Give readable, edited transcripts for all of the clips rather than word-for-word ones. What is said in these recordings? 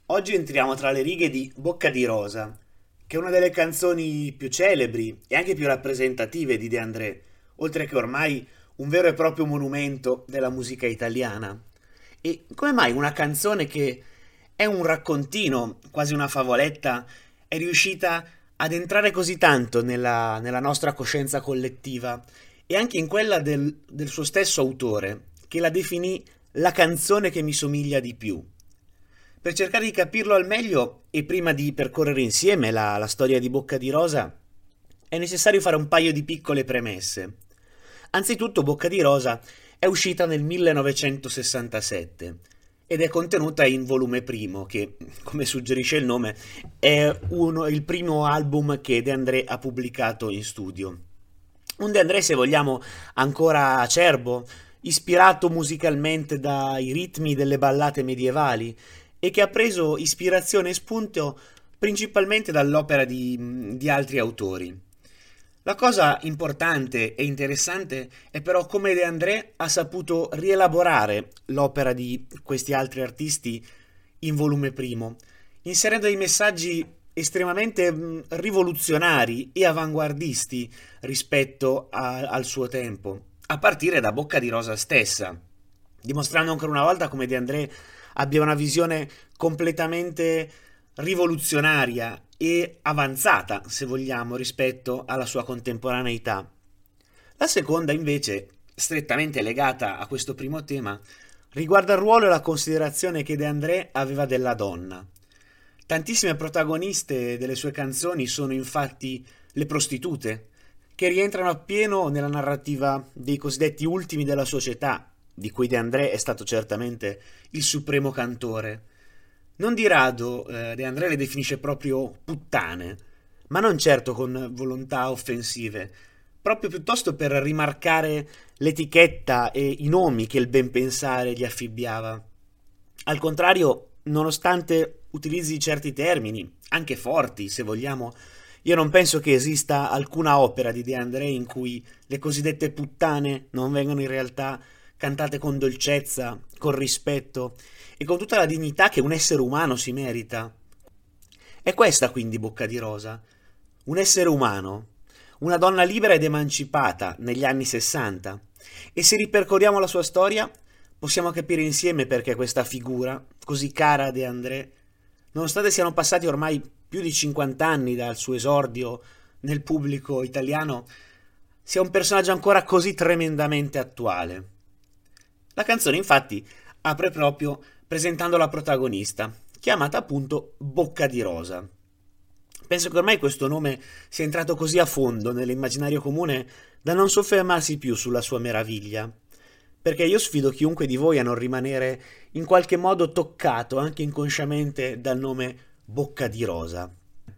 Oggi entriamo tra le righe di Bocca di Rosa, che è una delle canzoni più celebri e anche più rappresentative di De André, oltre che ormai un vero e proprio monumento della musica italiana. E come mai una canzone che è un raccontino, quasi una favoletta, è riuscita ad entrare così tanto nella nostra coscienza collettiva e anche in quella del suo stesso autore, che la definì la canzone che mi somiglia di più? Per cercare di capirlo al meglio e prima di percorrere insieme la storia di Bocca di Rosa, è necessario fare un paio di piccole premesse. Anzitutto, Bocca di Rosa è uscita nel 1967 ed è contenuta in volume primo, che, come suggerisce il nome, è il primo album che De André ha pubblicato in studio. Un De André, se vogliamo, ancora acerbo, ispirato musicalmente dai ritmi delle ballate medievali e che ha preso ispirazione e spunto principalmente dall'opera di altri autori. La cosa importante e interessante è però come De André ha saputo rielaborare l'opera di questi altri artisti in volume primo, inserendo dei messaggi estremamente rivoluzionari e avanguardisti rispetto al suo tempo, a partire da Bocca di Rosa stessa, dimostrando ancora una volta come De André abbia una visione completamente rivoluzionaria e avanzata, se vogliamo, rispetto alla sua contemporaneità. La seconda, invece, strettamente legata a questo primo tema, riguarda il ruolo e la considerazione che De André aveva della donna. Tantissime protagoniste delle sue canzoni sono infatti le prostitute, che rientrano appieno nella narrativa dei cosiddetti ultimi della società, di cui De André è stato certamente il supremo cantore. Non di rado De André le definisce proprio puttane, ma non certo con volontà offensive, proprio piuttosto per rimarcare l'etichetta e i nomi che il ben pensare gli affibbiava. Al contrario, nonostante utilizzi certi termini, anche forti se vogliamo, io non penso che esista alcuna opera di De André in cui le cosiddette puttane non vengano in realtà cantate con dolcezza, con rispetto e con tutta la dignità che un essere umano si merita. È questa quindi Bocca di Rosa, un essere umano, una donna libera ed emancipata negli anni 60. E se ripercorriamo la sua storia, possiamo capire insieme perché questa figura, così cara a De André, nonostante siano passati ormai più di 50 anni dal suo esordio nel pubblico italiano, sia un personaggio ancora così tremendamente attuale. La canzone infatti apre proprio presentando la protagonista, chiamata appunto Bocca di Rosa. Penso che ormai questo nome sia entrato così a fondo nell'immaginario comune da non soffermarsi più sulla sua meraviglia, perché io sfido chiunque di voi a non rimanere in qualche modo toccato anche inconsciamente dal nome Bocca di Rosa.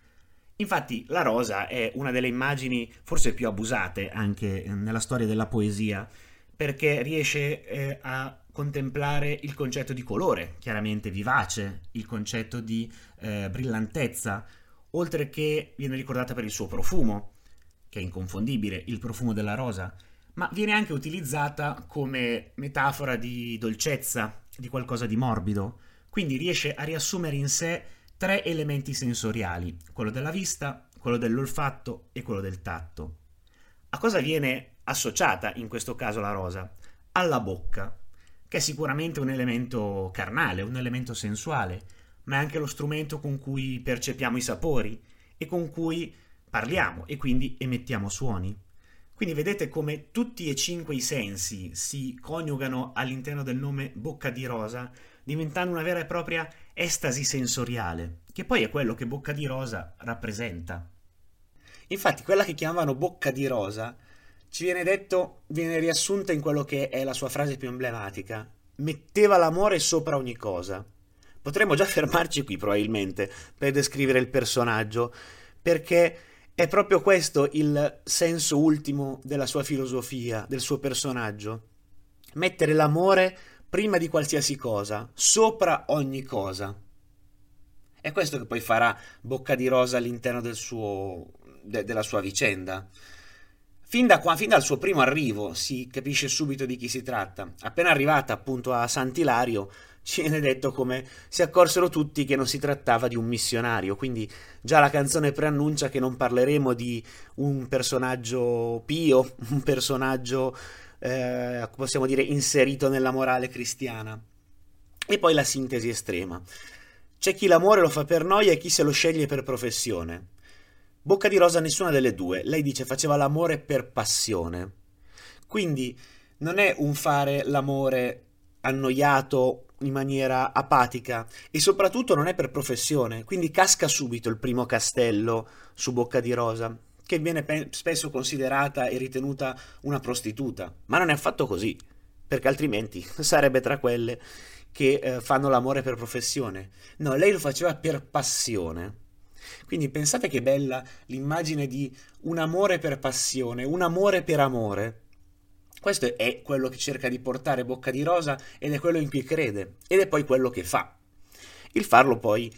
Infatti la rosa è una delle immagini forse più abusate anche nella storia della poesia, perché riesce a contemplare il concetto di colore, chiaramente vivace, il concetto di brillantezza, oltre che viene ricordata per il suo profumo, che è inconfondibile, il profumo della rosa, ma viene anche utilizzata come metafora di dolcezza, di qualcosa di morbido. Quindi riesce a riassumere in sé tre elementi sensoriali, quello della vista, quello dell'olfatto e quello del tatto. A cosa viene associata in questo caso la rosa? Alla bocca, che è sicuramente un elemento carnale, un elemento sensuale, ma è anche lo strumento con cui percepiamo i sapori e con cui parliamo e quindi emettiamo suoni. Quindi vedete come tutti e cinque i sensi si coniugano all'interno del nome Bocca di Rosa, diventando una vera e propria estasi sensoriale, che poi è quello che Bocca di Rosa rappresenta. Infatti, quella che chiamavano Bocca di Rosa, ci viene detto, viene riassunta in quello che è la sua frase più emblematica: metteva l'amore sopra ogni cosa. Potremmo già fermarci qui probabilmente per descrivere il personaggio, perché è proprio questo il senso ultimo della sua filosofia, del suo personaggio. Mettere l'amore prima di qualsiasi cosa, sopra ogni cosa. È questo che poi farà Bocca di Rosa all'interno della sua vicenda. Fin dal suo primo arrivo si capisce subito di chi si tratta. Appena arrivata appunto a Sant'Ilario ci viene detto come si accorsero tutti che non si trattava di un missionario, quindi già la canzone preannuncia che non parleremo di un personaggio pio, un personaggio, possiamo dire, inserito nella morale cristiana. E poi la sintesi estrema. C'è chi l'amore lo fa per noia e chi se lo sceglie per professione. Bocca di Rosa nessuna delle due. Lei dice faceva l'amore per passione. Quindi non è un fare l'amore annoiato in maniera apatica e soprattutto non è per professione, quindi casca subito il primo castello su Bocca di Rosa, che viene spesso considerata e ritenuta una prostituta, ma non è affatto così, perché altrimenti sarebbe tra quelle che fanno l'amore per professione. No, lei lo faceva per passione. Quindi pensate che bella l'immagine di un amore per passione, un amore per amore. Questo è quello che cerca di portare Bocca di Rosa ed è quello in cui crede ed è poi quello che fa. Il farlo poi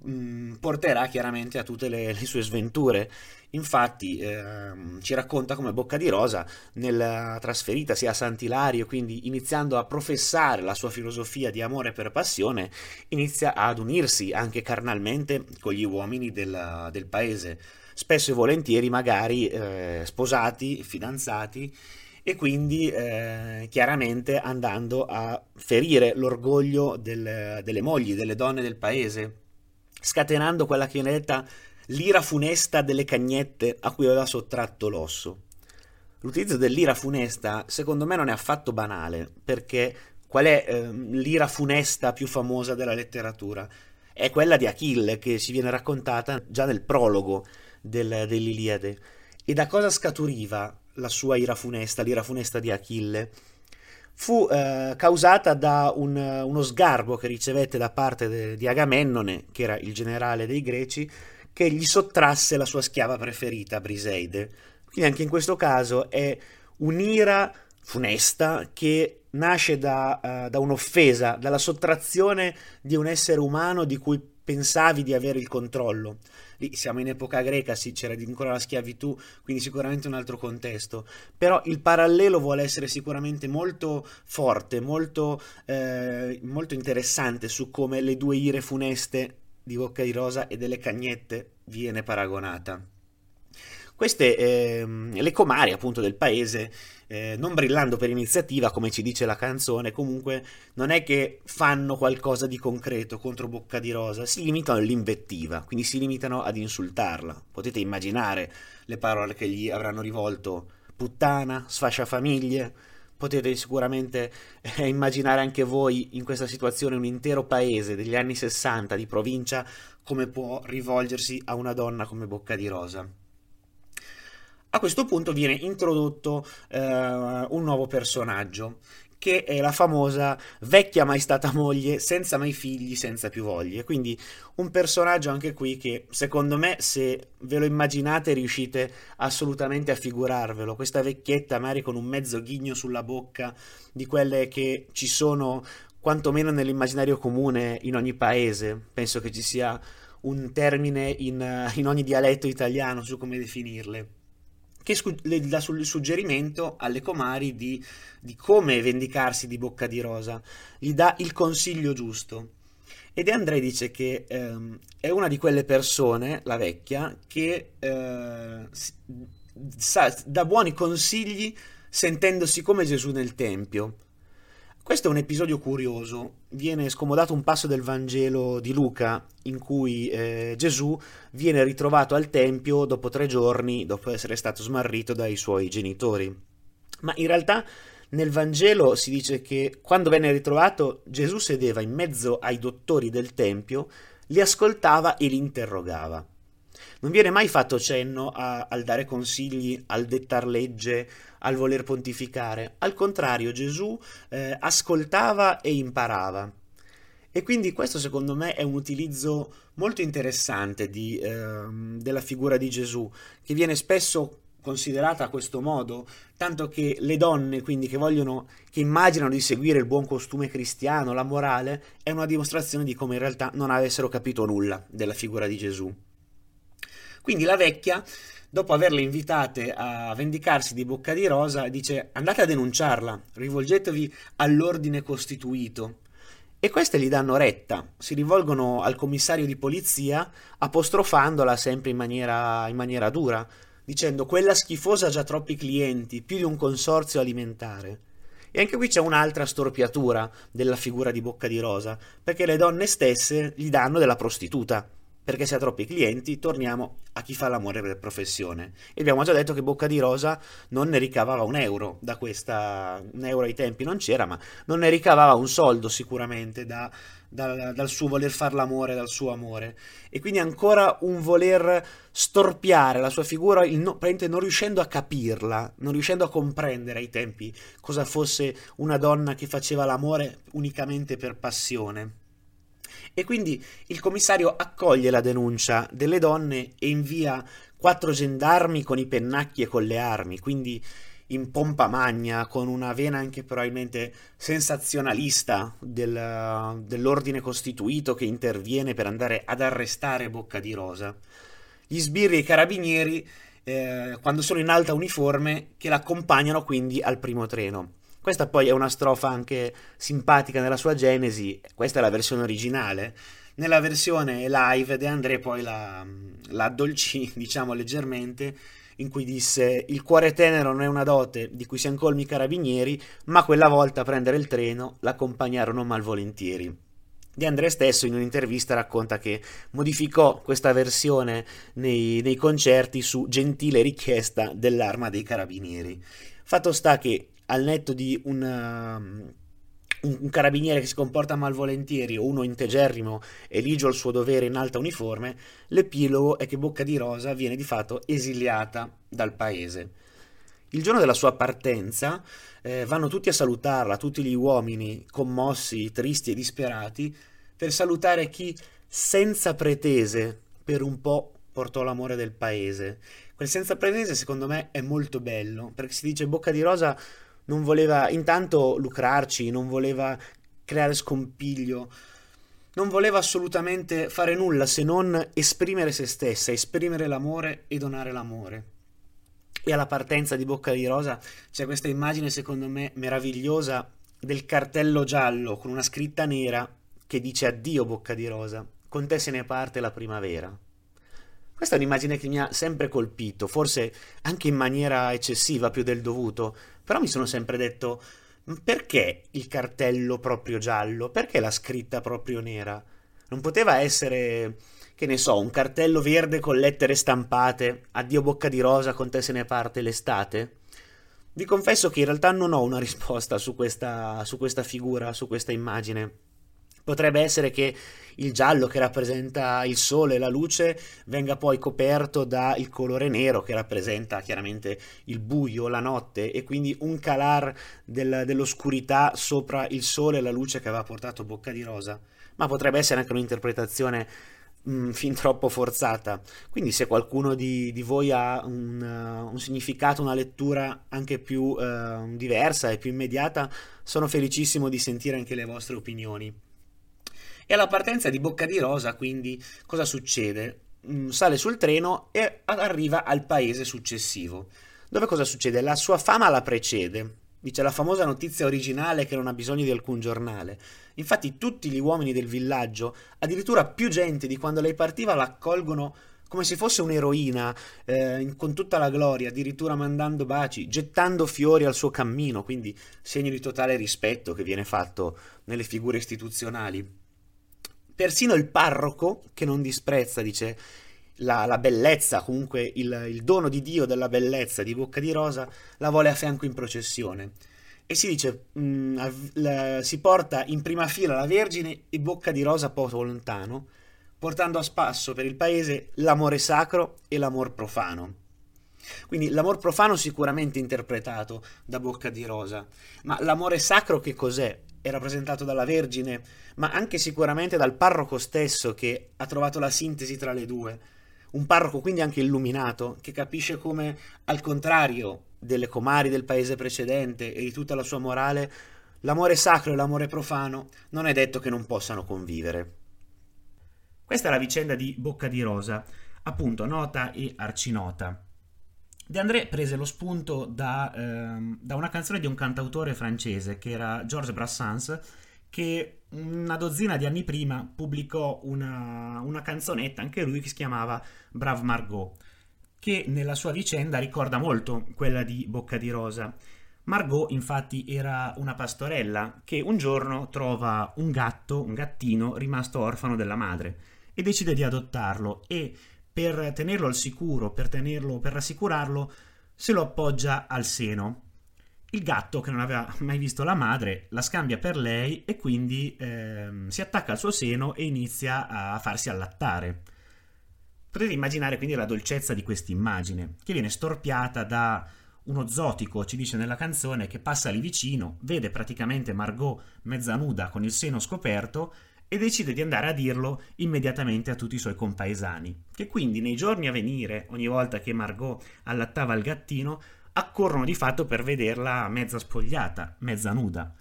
porterà chiaramente a tutte le sue sventure. Infatti ci racconta come Bocca di Rosa nella trasferita sia a Sant'Ilario, quindi iniziando a professare la sua filosofia di amore per passione, inizia ad unirsi anche carnalmente con gli uomini del paese, spesso e volentieri magari sposati, fidanzati, e quindi chiaramente andando a ferire l'orgoglio delle mogli, delle donne del paese, scatenando quella che viene detta l'ira funesta delle cagnette a cui aveva sottratto l'osso. L'utilizzo dell'ira funesta secondo me non è affatto banale, perché qual è l'ira funesta più famosa della letteratura? È quella di Achille, che ci viene raccontata già nel prologo dell'Iliade. E da cosa scaturiva la sua ira funesta, l'ira funesta di Achille? Fu causata da uno sgarbo che ricevette da parte di Agamennone, che era il generale dei Greci, che gli sottrasse la sua schiava preferita, Briseide. Quindi anche in questo caso è un'ira funesta che nasce da un'offesa, dalla sottrazione di un essere umano di cui pensavi di avere il controllo. Lì siamo in epoca greca, sì, c'era ancora la schiavitù, quindi sicuramente un altro contesto. Però il parallelo vuole essere sicuramente molto forte, molto interessante su come le due ire funeste di Bocca di Rosa e delle cagnette viene paragonata. Queste le comari appunto del paese, non brillando per iniziativa come ci dice la canzone, comunque non è che fanno qualcosa di concreto contro Bocca di Rosa, si limitano all'invettiva, quindi si limitano ad insultarla. Potete immaginare le parole che gli avranno rivolto: puttana, sfasciafamiglie. Potete sicuramente immaginare anche voi in questa situazione un intero paese degli anni 60 di provincia come può rivolgersi a una donna come Bocca di Rosa. A questo punto viene introdotto un nuovo personaggio, che è la famosa vecchia mai stata moglie, senza mai figli, senza più voglie. Quindi un personaggio anche qui che, secondo me, se ve lo immaginate riuscite assolutamente a figurarvelo. Questa vecchietta, magari con un mezzo ghigno sulla bocca, di quelle che ci sono quantomeno nell'immaginario comune in ogni paese. Penso che ci sia un termine in ogni dialetto italiano su come definirle, che le dà il suggerimento alle comari di come vendicarsi di Bocca di Rosa, gli dà il consiglio giusto. E De André dice che è una di quelle persone, la vecchia, che dà buoni consigli sentendosi come Gesù nel Tempio. Questo è un episodio curioso, viene scomodato un passo del Vangelo di Luca in cui Gesù viene ritrovato al Tempio dopo 3 giorni, dopo essere stato smarrito dai suoi genitori. Ma in realtà nel Vangelo si dice che quando venne ritrovato Gesù sedeva in mezzo ai dottori del Tempio, li ascoltava e li interrogava. Non viene mai fatto cenno al dare consigli, al dettar legge, al voler pontificare. Al contrario, Gesù ascoltava e imparava. E quindi questo secondo me è un utilizzo molto interessante della figura di Gesù, che viene spesso considerata a questo modo, tanto che le donne, quindi che immaginano di seguire il buon costume cristiano, la morale, è una dimostrazione di come in realtà non avessero capito nulla della figura di Gesù. Quindi la vecchia, dopo averle invitate a vendicarsi di Bocca di Rosa, dice: andate a denunciarla, rivolgetevi all'ordine costituito. E queste gli danno retta, si rivolgono al commissario di polizia apostrofandola sempre in maniera dura, dicendo quella schifosa ha già troppi clienti, più di un consorzio alimentare. E anche qui c'è un'altra storpiatura della figura di Bocca di Rosa, perché le donne stesse gli danno della prostituta. Perché se ha troppi clienti, torniamo a chi fa l'amore per professione. E abbiamo già detto che Bocca di Rosa non ne ricavava un euro da questa. Un euro ai tempi non c'era, ma non ne ricavava un soldo sicuramente dal suo voler far l'amore, dal suo amore. E quindi ancora un voler storpiare la sua figura, praticamente non riuscendo a capirla, non riuscendo a comprendere ai tempi cosa fosse una donna che faceva l'amore unicamente per passione. E quindi il commissario accoglie la denuncia delle donne e invia 4 gendarmi con i pennacchi e con le armi, quindi in pompa magna, con una vena anche probabilmente sensazionalista dell'ordine costituito che interviene per andare ad arrestare Bocca di Rosa. Gli sbirri e i carabinieri, quando sono in alta uniforme, che l'accompagnano quindi al primo treno. Questa poi è una strofa anche simpatica nella sua genesi, questa è la versione originale. Nella versione live De André poi la addolcì, diciamo leggermente, in cui disse il cuore tenero non è una dote di cui siano colmi i carabinieri, ma quella volta a prendere il treno l'accompagnarono malvolentieri. De André stesso in un'intervista racconta che modificò questa versione nei concerti su gentile richiesta dell'Arma dei Carabinieri. Fatto sta che al netto di un carabiniere che si comporta malvolentieri o uno integerrimo e ligio al suo dovere in alta uniforme, l'epilogo è che Bocca di Rosa viene di fatto esiliata dal paese. Il giorno della sua partenza vanno tutti a salutarla, tutti gli uomini commossi, tristi e disperati, per salutare chi senza pretese per un po' portò l'amore del paese. Quel senza pretese secondo me è molto bello, perché si dice Bocca di Rosa non voleva intanto lucrarci, non voleva creare scompiglio, non voleva assolutamente fare nulla se non esprimere se stessa, esprimere l'amore e donare l'amore. E alla partenza di Bocca di Rosa c'è questa immagine secondo me meravigliosa del cartello giallo con una scritta nera che dice addio Bocca di Rosa, con te se ne parte la primavera. Questa è un'immagine che mi ha sempre colpito, forse anche in maniera eccessiva, più del dovuto, però mi sono sempre detto, perché il cartello proprio giallo? Perché la scritta proprio nera? Non poteva essere, che ne so, un cartello verde con lettere stampate, addio Bocca di Rosa, con te se ne parte l'estate? Vi confesso che in realtà non ho una risposta su questa figura, su questa immagine. Potrebbe essere che il giallo che rappresenta il sole e la luce venga poi coperto dal colore nero che rappresenta chiaramente il buio, la notte e quindi un calar dell'oscurità sopra il sole e la luce che aveva portato Bocca di Rosa. Ma potrebbe essere anche un'interpretazione fin troppo forzata. Quindi se qualcuno di voi ha un significato, una lettura anche più diversa e più immediata, sono felicissimo di sentire anche le vostre opinioni. E alla partenza di Bocca di Rosa, quindi, cosa succede? Sale sul treno e arriva al paese successivo. Dove cosa succede? La sua fama la precede. Dice la famosa notizia originale che non ha bisogno di alcun giornale. Infatti tutti gli uomini del villaggio, addirittura più gente di quando lei partiva, la accolgono come se fosse un'eroina, con tutta la gloria, addirittura mandando baci, gettando fiori al suo cammino, quindi segno di totale rispetto che viene fatto nelle figure istituzionali. Persino il parroco, che non disprezza, dice, la bellezza, comunque il dono di Dio della bellezza di Bocca di Rosa, la vuole a fianco in processione. E si dice, si porta in prima fila la Vergine e Bocca di Rosa poco lontano, portando a spasso per il paese l'amore sacro e l'amor profano. Quindi l'amor profano sicuramente interpretato da Bocca di Rosa, ma l'amore sacro che cos'è? È rappresentato dalla Vergine, ma anche sicuramente dal parroco stesso che ha trovato la sintesi tra le due. Un parroco quindi anche illuminato, che capisce come, al contrario delle comari del paese precedente e di tutta la sua morale, l'amore sacro e l'amore profano non è detto che non possano convivere. Questa è la vicenda di Bocca di Rosa, appunto nota e arcinota. De André prese lo spunto da una canzone di un cantautore francese che era Georges Brassens, che una dozzina di anni prima pubblicò una canzonetta, anche lui, che si chiamava Brave Margot, che nella sua vicenda ricorda molto quella di Bocca di Rosa. Margot infatti era una pastorella che un giorno trova un gatto, un gattino rimasto orfano della madre e decide di adottarlo e per tenerlo al sicuro, per rassicurarlo, se lo appoggia al seno. Il gatto, che non aveva mai visto la madre, la scambia per lei e quindi si attacca al suo seno e inizia a farsi allattare. Potete immaginare quindi la dolcezza di questa immagine, che viene storpiata da uno zotico, ci dice nella canzone, che passa lì vicino, vede praticamente Margot mezza nuda con il seno scoperto e decide di andare a dirlo immediatamente a tutti i suoi compaesani, che quindi nei giorni a venire, ogni volta che Margot allattava il gattino, accorrono di fatto per vederla mezza spogliata, mezza nuda.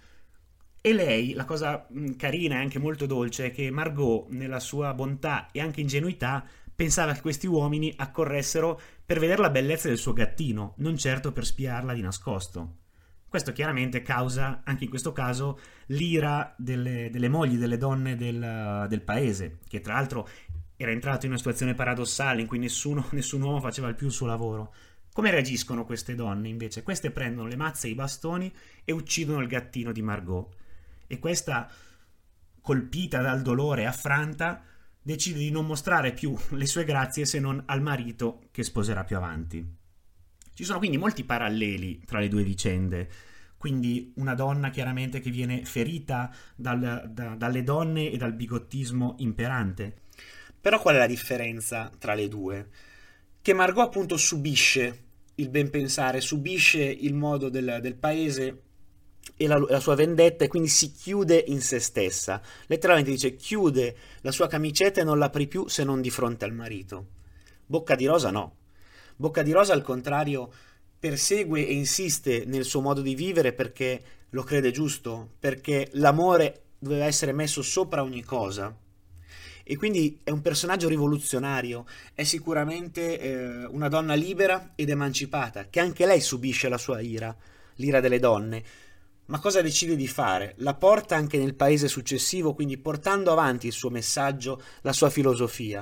E lei, la cosa carina e anche molto dolce, è che Margot, nella sua bontà e anche ingenuità, pensava che questi uomini accorressero per vedere la bellezza del suo gattino, non certo per spiarla di nascosto. Questo chiaramente causa, anche in questo caso, l'ira delle mogli, delle donne del paese, che tra l'altro era entrato in una situazione paradossale in cui nessun uomo faceva più il suo lavoro. Come reagiscono queste donne invece? Queste prendono le mazze e i bastoni e uccidono il gattino di Margot. E questa, colpita dal dolore e affranta, decide di non mostrare più le sue grazie se non al marito che sposerà più avanti. Ci sono quindi molti paralleli tra le due vicende. Quindi una donna chiaramente che viene ferita dalle donne e dal bigottismo imperante. Però qual è la differenza tra le due? Che Margot appunto subisce il ben pensare, subisce il modo del paese e la sua vendetta, e quindi si chiude in se stessa. Letteralmente dice: chiude la sua camicetta e non l'apri più se non di fronte al marito. Bocca di Rosa no. Bocca di Rosa al contrario persegue e insiste nel suo modo di vivere perché lo crede giusto, perché l'amore doveva essere messo sopra ogni cosa. E quindi è un personaggio rivoluzionario, è sicuramente una donna libera ed emancipata, che anche lei subisce la sua ira, l'ira delle donne. Ma cosa decide di fare? La porta anche nel paese successivo, quindi portando avanti il suo messaggio, la sua filosofia.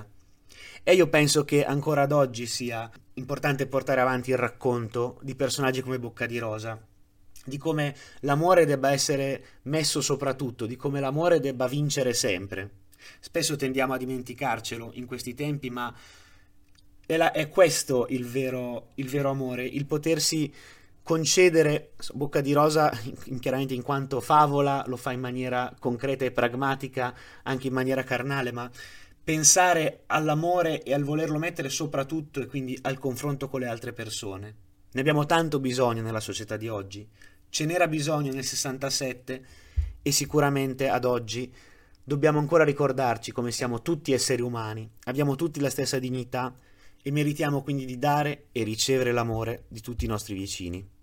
E io penso che ancora ad oggi sia importante portare avanti il racconto di personaggi come Bocca di Rosa, di come l'amore debba essere messo sopra tutto, di come l'amore debba vincere sempre. Spesso tendiamo a dimenticarcelo in questi tempi, ma è questo il vero amore, il potersi concedere. Bocca di Rosa, chiaramente in quanto favola, lo fa in maniera concreta e pragmatica, anche in maniera carnale, ma pensare all'amore e al volerlo mettere sopra tutto e quindi al confronto con le altre persone. Ne abbiamo tanto bisogno nella società di oggi. Ce n'era bisogno nel 67 e sicuramente ad oggi dobbiamo ancora ricordarci come siamo tutti esseri umani, abbiamo tutti la stessa dignità e meritiamo quindi di dare e ricevere l'amore di tutti i nostri vicini.